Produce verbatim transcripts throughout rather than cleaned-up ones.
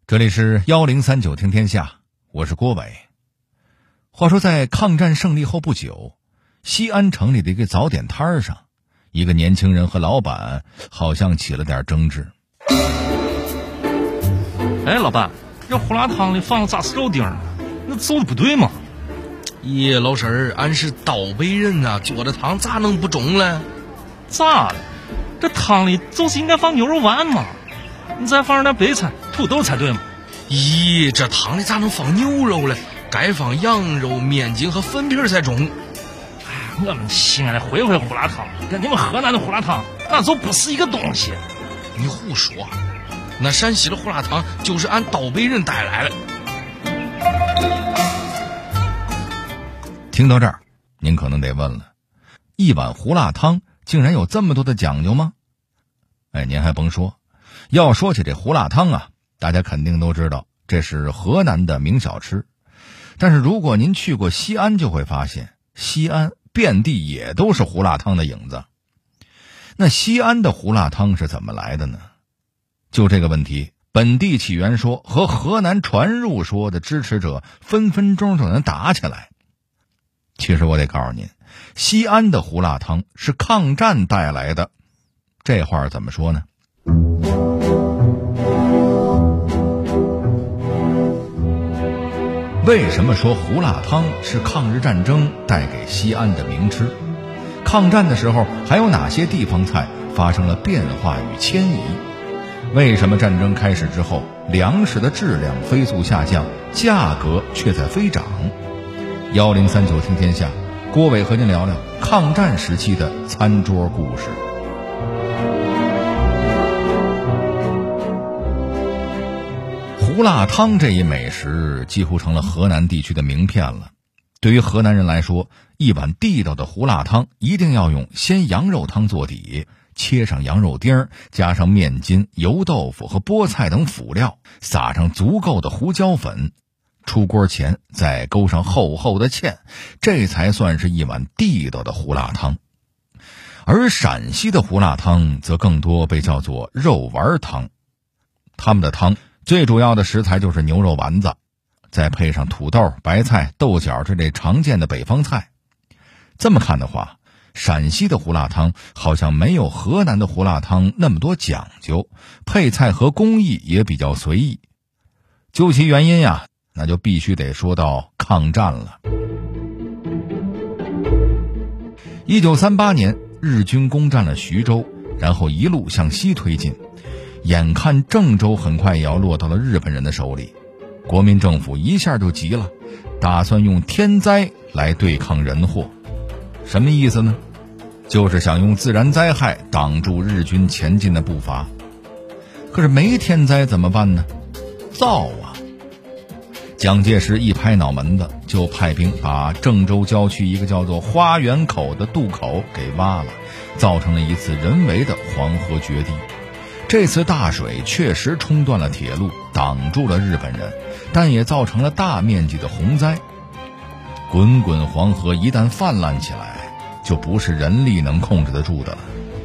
这里是一零三九听天下，我是郭伟。话说在抗战胜利后不久，西安城里的一个早点摊上，一个年轻人和老板好像起了点争执。 哎，老板，这胡辣汤里放炸丝肉丁，那做的不对吗？ 咦，老婶儿，俺是东北人啊，做的汤咋能不中嘞？ 咋了？这汤里就是应该放牛肉丸嘛，你再放上点白菜、土豆才对嘛。 咦，这汤里咋能放牛肉嘞？该放羊肉、面筋和粉皮才中。 哎，我们西安的回回胡辣汤跟你们河南的胡辣汤那就不是一个东西。 你胡说，那陕西的胡辣汤就是俺东北人带来的。 听到这儿，您可能得问了，一碗胡辣汤竟然有这么多的讲究吗？哎，您还甭说，要说起这胡辣汤啊，大家肯定都知道这是河南的名小吃。但是如果您去过西安，就会发现西安遍地也都是胡辣汤的影子。那西安的胡辣汤是怎么来的呢？就这个问题，本地起源说和河南传入说的支持者分分钟就能打起来。其实我得告诉您，西安的胡辣汤是抗战带来的。这话怎么说呢？为什么说胡辣汤是抗日战争带给西安的名吃？抗战的时候还有哪些地方菜发生了变化与迁移？为什么战争开始之后，粮食的质量飞速下降，价格却在飞涨？一零三九听天下，郭伟和您聊聊抗战时期的餐桌故事。胡辣汤这一美食几乎成了河南地区的名片了。对于河南人来说，一碗地道的胡辣汤一定要用鲜羊肉汤做底，切上羊肉丁，加上面筋、油豆腐和菠菜等辅料，撒上足够的胡椒粉，出锅前再勾上厚厚的芡，这才算是一碗地道的胡辣汤。而陕西的胡辣汤则更多被叫做肉丸汤，他们的汤最主要的食材就是牛肉丸子，再配上土豆、白菜、豆角这类常见的北方菜。这么看的话，陕西的胡辣汤好像没有河南的胡辣汤那么多讲究，配菜和工艺也比较随意。究其原因呀，那就必须得说到抗战了。一九三八年，日军攻占了徐州，然后一路向西推进，眼看郑州很快也要落到了日本人的手里，国民政府一下就急了，打算用天灾来对抗人祸。什么意思呢？就是想用自然灾害挡住日军前进的步伐。可是没天灾怎么办呢？造啊！蒋介石一拍脑门子，就派兵把郑州郊区一个叫做花园口的渡口给挖了，造成了一次人为的黄河决堤。这次大水确实冲断了铁路，挡住了日本人，但也造成了大面积的洪灾。滚滚黄河一旦泛滥起来，就不是人力能控制得住的了。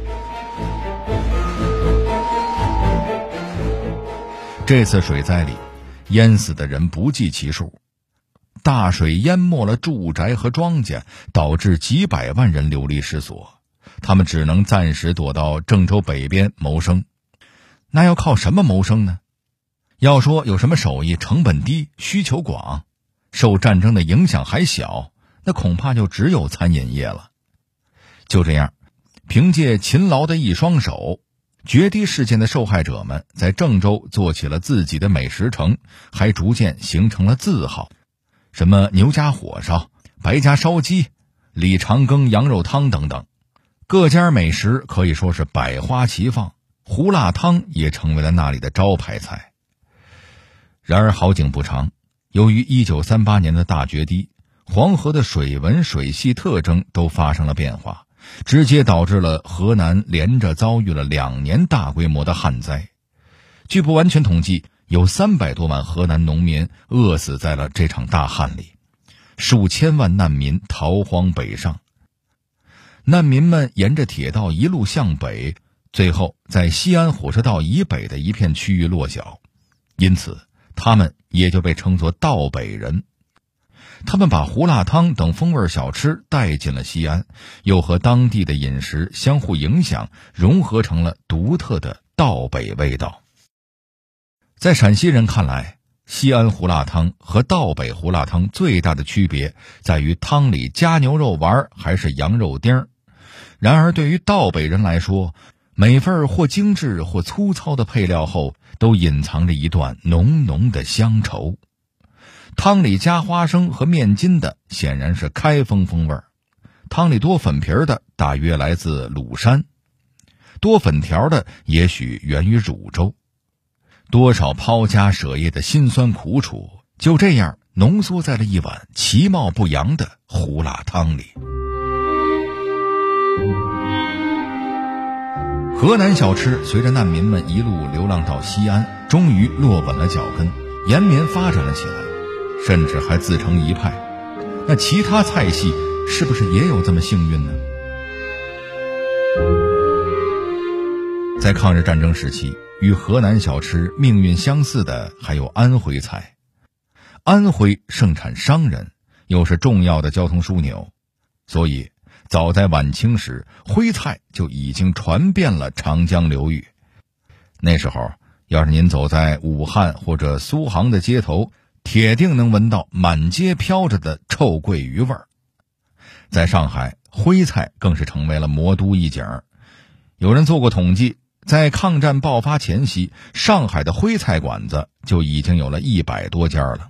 这次水灾里，淹死的人不计其数，大水淹没了住宅和庄稼，导致几百万人流离失所，他们只能暂时躲到郑州北边谋生。那要靠什么谋生呢？要说有什么手艺成本低、需求广、受战争的影响还小，那恐怕就只有餐饮业了。就这样，凭借勤劳的一双手，决堤事件的受害者们在郑州做起了自己的美食城，还逐渐形成了字号，什么牛家火烧、白家烧鸡、李长庚羊肉汤等等，各家美食可以说是百花齐放，胡辣汤也成为了那里的招牌菜。然而好景不长，由于一九三八年的大决堤，黄河的水文水系特征都发生了变化，直接导致了河南连着遭遇了两年大规模的旱灾。据不完全统计，有三百多万河南农民饿死在了这场大旱里，数千万难民逃荒北上。难民们沿着铁道一路向北，最后在西安火车道以北的一片区域落脚。因此他们也就被称作道北人。他们把胡辣汤等风味小吃带进了西安，又和当地的饮食相互影响，融合成了独特的道北味道。在陕西人看来，西安胡辣汤和道北胡辣汤最大的区别在于汤里加牛肉丸还是羊肉丁。然而对于道北人来说，每份或精致或粗糙的配料后都隐藏着一段浓浓的乡愁。汤里加花生和面筋的显然是开封风味，汤里多粉皮的大约来自鲁山，多粉条的也许源于汝州。多少抛家舍业的辛酸苦楚，就这样浓缩在了一碗其貌不扬的胡辣汤里。河南小吃随着难民们一路流浪到西安，终于落稳了脚跟，延绵发展了起来，甚至还自成一派。那其他菜系是不是也有这么幸运呢？在抗日战争时期，与河南小吃命运相似的还有安徽菜。安徽盛产商人，又是重要的交通枢纽，所以早在晚清时，徽菜就已经传遍了长江流域。那时候，要是您走在武汉或者苏杭的街头，铁定能闻到满街飘着的臭鳜鱼味儿。在上海，徽菜更是成为了魔都一景。有人做过统计，在抗战爆发前夕，上海的徽菜馆子就已经有了一百多家了。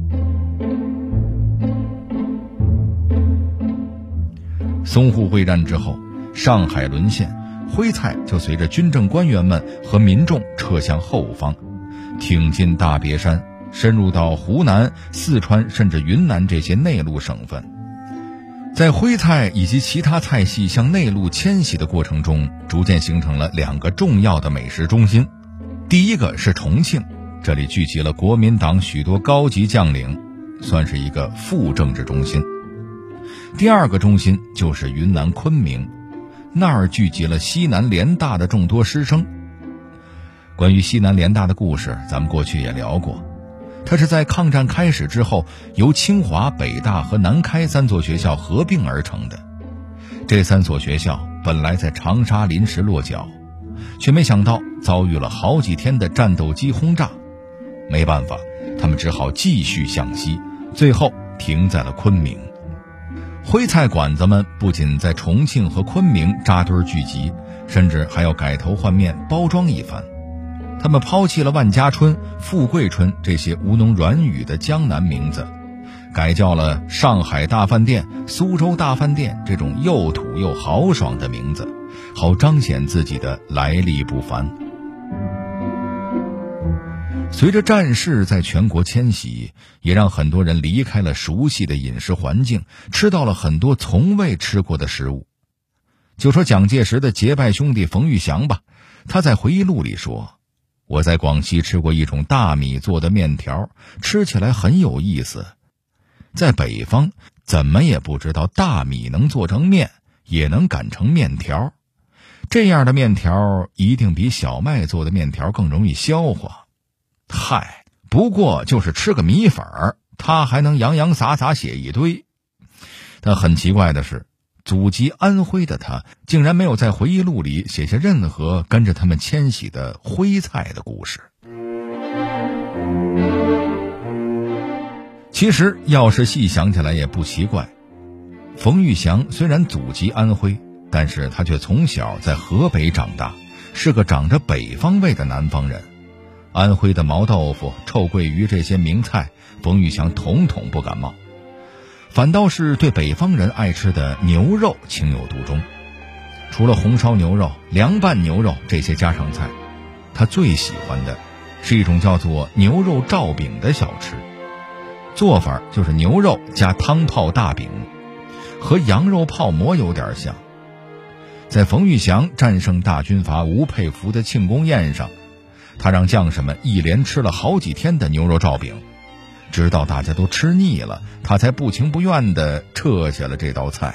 淞沪会战之后，上海沦陷，徽菜就随着军政官员们和民众撤向后方，挺进大别山，深入到湖南、四川甚至云南这些内陆省份。在徽菜以及其他菜系向内陆迁徙的过程中，逐渐形成了两个重要的美食中心。第一个是重庆，这里聚集了国民党许多高级将领，算是一个副政治中心。第二个中心就是云南昆明，那儿聚集了西南联大的众多师生。关于西南联大的故事，咱们过去也聊过。它是在抗战开始之后，由清华、北大和南开三所学校合并而成的。这三所学校本来在长沙临时落脚，却没想到遭遇了好几天的战斗机轰炸，没办法，他们只好继续向西，最后停在了昆明。徽菜馆子们不仅在重庆和昆明扎堆聚集，甚至还要改头换面包装一番。他们抛弃了万家春、富贵春这些吴侬软语的江南名字，改叫了上海大饭店、苏州大饭店这种又土又豪爽的名字，好彰显自己的来历不凡。随着战事在全国迁徙，也让很多人离开了熟悉的饮食环境，吃到了很多从未吃过的食物。就说蒋介石的结拜兄弟冯玉祥吧，他在回忆录里说，我在广西吃过一种大米做的面条，吃起来很有意思。在北方怎么也不知道大米能做成面，也能擀成面条。这样的面条一定比小麦做的面条更容易消化。嗨，不过就是吃个米粉儿，他还能洋洋洒洒写一堆。但很奇怪的是，祖籍安徽的他竟然没有在回忆录里写下任何跟着他们迁徙的徽菜的故事。其实要是细想起来也不奇怪，冯玉祥虽然祖籍安徽，但是他却从小在河北长大，是个长着北方味的南方人。安徽的毛豆腐、臭鳜鱼这些名菜，冯玉祥统统不感冒，反倒是对北方人爱吃的牛肉情有独钟。除了红烧牛肉、凉拌牛肉这些家常菜，他最喜欢的是一种叫做牛肉罩饼的小吃。做法就是牛肉加汤泡大饼，和羊肉泡馍有点像。在冯玉祥战胜大军阀吴佩孚的庆功宴上，他让将士们一连吃了好几天的牛肉罩饼，直到大家都吃腻了，他才不情不愿地撤下了这道菜。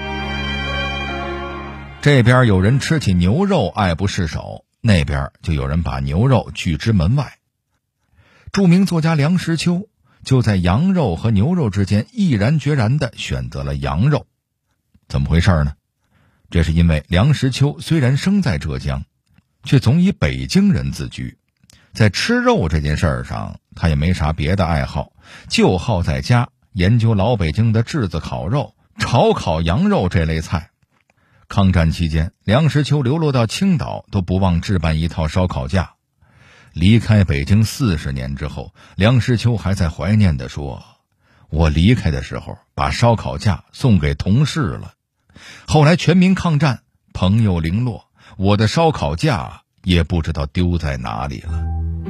这边有人吃起牛肉爱不释手，那边就有人把牛肉拒之门外。 著名作家梁实秋就在羊肉和牛肉之间毅然决然地选择了羊肉。怎么回事呢？这是因为梁实秋虽然生在浙江，却总以北京人自居，在吃肉这件事儿上他也没啥别的爱好，就好在家研究老北京的炙子烤肉、炒烤羊肉这类菜。抗战期间，梁实秋流落到青岛，都不忘置办一套烧烤架。离开北京四十年之后，梁实秋还在怀念地说，我离开的时候把烧烤架送给同事了，后来全民抗战，朋友零落，我的烧烤架也不知道丢在哪里了。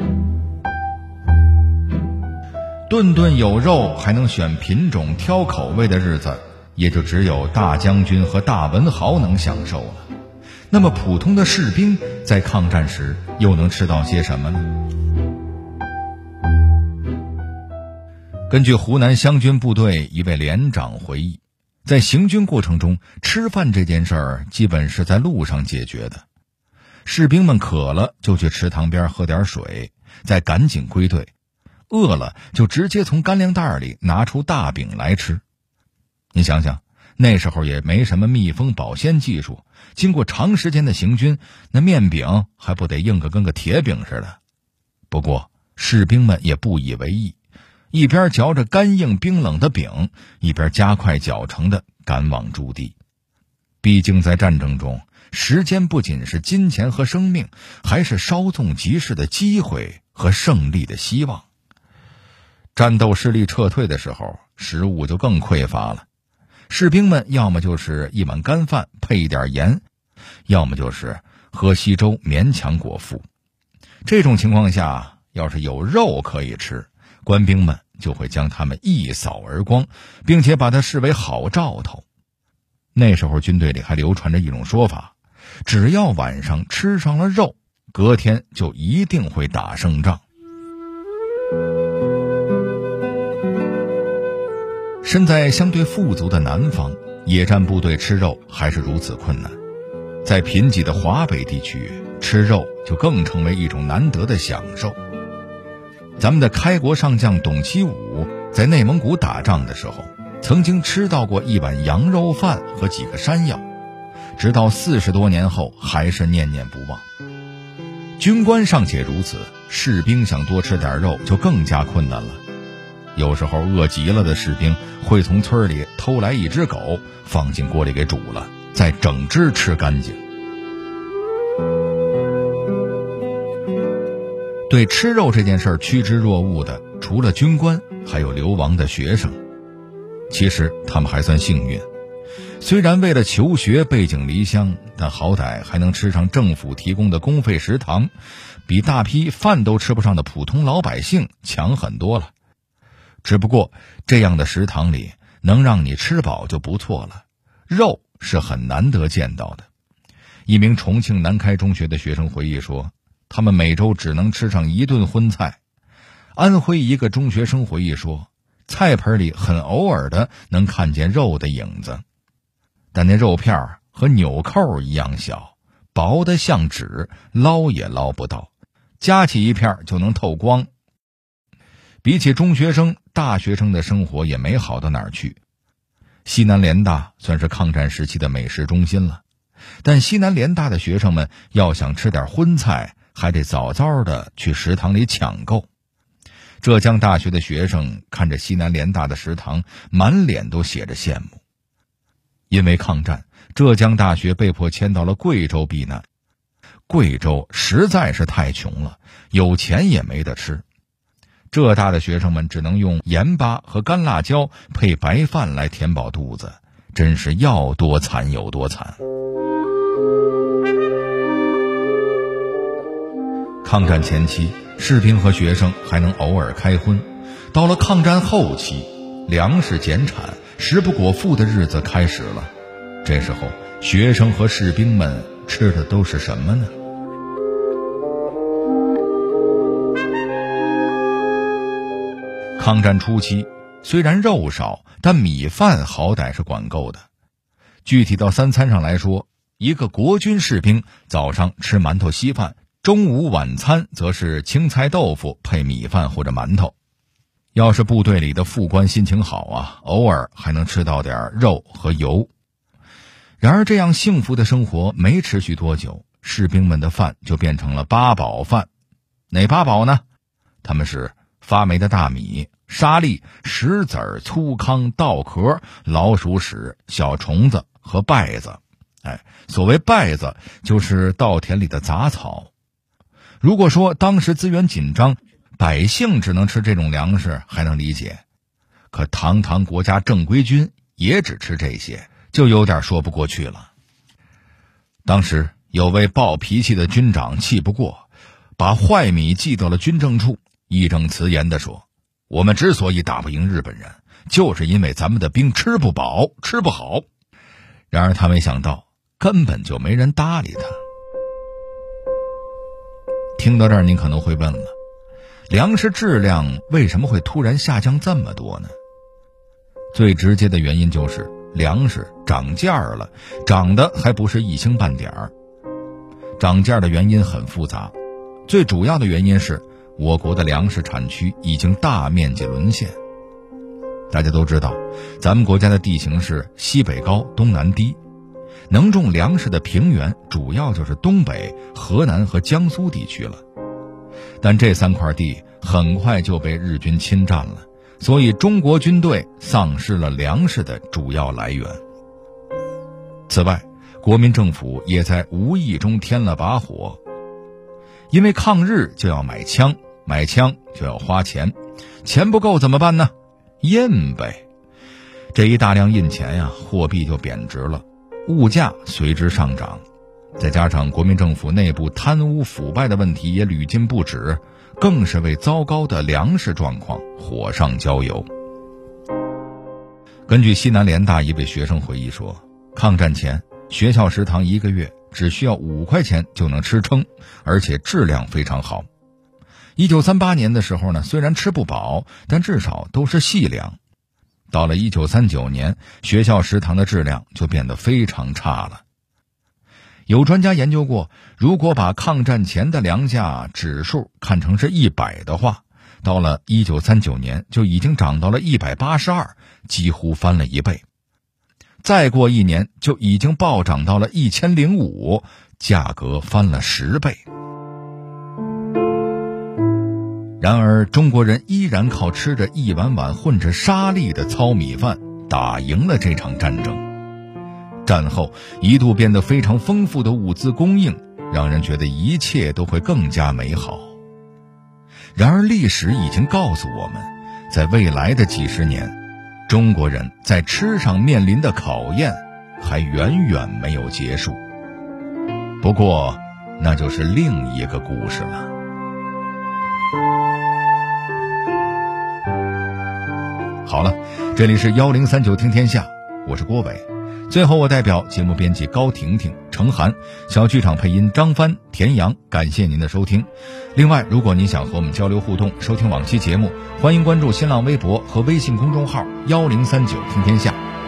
顿顿有肉还能选品种挑口味的日子，也就只有大将军和大文豪能享受了。那么普通的士兵在抗战时又能吃到些什么呢？根据湖南湘军部队一位连长回忆，在行军过程中，吃饭这件事儿基本是在路上解决的。士兵们渴了就去池塘边喝点水，再赶紧归队，饿了就直接从干粮袋里拿出大饼来吃。你想想，那时候也没什么密封保鲜技术，经过长时间的行军，那面饼还不得硬个跟个铁饼似的。不过士兵们也不以为意，一边嚼着干硬冰冷的饼，一边加快脚程地赶往驻地。毕竟在战争中，时间不仅是金钱和生命，还是稍纵即逝的机会和胜利的希望。战斗势力撤退的时候，食物就更匮乏了。士兵们要么就是一碗干饭配一点盐，要么就是喝稀粥勉强果腹。这种情况下，要是有肉可以吃，官兵们就会将它们一扫而光，并且把它视为好兆头。那时候军队里还流传着一种说法，只要晚上吃上了肉，隔天就一定会打胜仗。身在相对富足的南方，野战部队吃肉还是如此困难。在贫瘠的华北地区，吃肉就更成为一种难得的享受。咱们的开国上将董其武在内蒙古打仗的时候，曾经吃到过一碗羊肉饭和几个山药，直到四十多年后还是念念不忘。军官尚且如此，士兵想多吃点肉就更加困难了。有时候饿极了的士兵会从村里偷来一只狗，放进锅里给煮了，再整只吃干净。对吃肉这件事儿趋之若鹜的，除了军官，还有流亡的学生。其实他们还算幸运，虽然为了求学背井离乡，但好歹还能吃上政府提供的公费食堂，比大批饭都吃不上的普通老百姓强很多了。只不过这样的食堂里能让你吃饱就不错了，肉是很难得见到的。一名重庆南开中学的学生回忆说，他们每周只能吃上一顿荤菜。安徽一个中学生回忆说，菜盆里很偶尔的能看见肉的影子，但那肉片和纽扣一样小，薄得像纸，捞也捞不到，夹起一片就能透光。比起中学生，大学生的生活也没好到哪儿去。西南联大算是抗战时期的美食中心了，但西南联大的学生们要想吃点荤菜，还得早早的去食堂里抢购。浙江大学的学生看着西南联大的食堂，满脸都写着羡慕。因为抗战，浙江大学被迫迁到了贵州避难。贵州实在是太穷了，有钱也没得吃。浙大的学生们只能用盐巴和干辣椒配白饭来填饱肚子，真是要多惨有多惨。抗战前期，士兵和学生还能偶尔开荤，到了抗战后期，粮食减产，食不果腹的日子开始了。这时候，学生和士兵们吃的都是什么呢？抗战初期，虽然肉少，但米饭好歹是管够的。具体到三餐上来说，一个国军士兵早上吃馒头稀饭， 中午晚餐则是青菜豆腐配米饭或者馒头。要是部队里的副官心情好啊，偶尔还能吃到点肉和油。然而这样幸福的生活没持续多久，士兵们的饭就变成了八宝饭。哪八宝呢？他们是发霉的大米、沙粒、石子儿、粗糠、稻壳、老鼠屎、小虫子和稗子。哎，所谓稗子就是稻田里的杂草。如果说当时资源紧张，百姓只能吃这种粮食还能理解，可堂堂国家正规军也只吃这些，就有点说不过去了。当时有位暴脾气的军长气不过，把坏米寄到了军政处，义正辞严地说，我们之所以打不赢日本人，就是因为咱们的兵吃不饱吃不好。然而他没想到根本就没人搭理他。听到这儿您可能会问了，粮食质量为什么会突然下降这么多呢？最直接的原因就是粮食涨价了，涨的还不是一星半点儿。涨价的原因很复杂，最主要的原因是我国的粮食产区已经大面积沦陷。大家都知道，咱们国家的地形是西北高东南低，能种粮食的平原主要就是东北、河南和江苏地区了。但这三块地很快就被日军侵占了，所以中国军队丧失了粮食的主要来源。此外，国民政府也在无意中添了把火，因为抗日就要买枪，买枪就要花钱，钱不够怎么办呢？印呗。这一大量印钱呀，货币就贬值了，物价随之上涨。再加上国民政府内部贪污腐败的问题也屡禁不止，更是为糟糕的粮食状况火上浇油。根据西南联大一位学生回忆说，抗战前学校食堂一个月只需要五块钱就能吃撑，而且质量非常好。一九三八年的时候呢，虽然吃不饱，但至少都是细粮。到了一九三九年，学校食堂的质量就变得非常差了。有专家研究过，如果把抗战前的粮价指数看成是一百的话，到了一九三九年就已经涨到了一百八十二，几乎翻了一倍。再过一年就已经暴涨到了一千零五，价格翻了十倍。然而中国人依然靠吃着一碗碗混着沙粒的糙米饭打赢了这场战争。战后一度变得非常丰富的物资供应，让人觉得一切都会更加美好。然而历史已经告诉我们，在未来的几十年，中国人在吃上面临的考验还远远没有结束。不过那就是另一个故事了。好了，这里是一零三九听天下，我是郭伟。最后我代表节目编辑高婷婷、程涵，小剧场配音张帆、田阳，感谢您的收听。另外，如果您想和我们交流互动，收听往期节目，欢迎关注新浪微博和微信公众号一零三九听天下。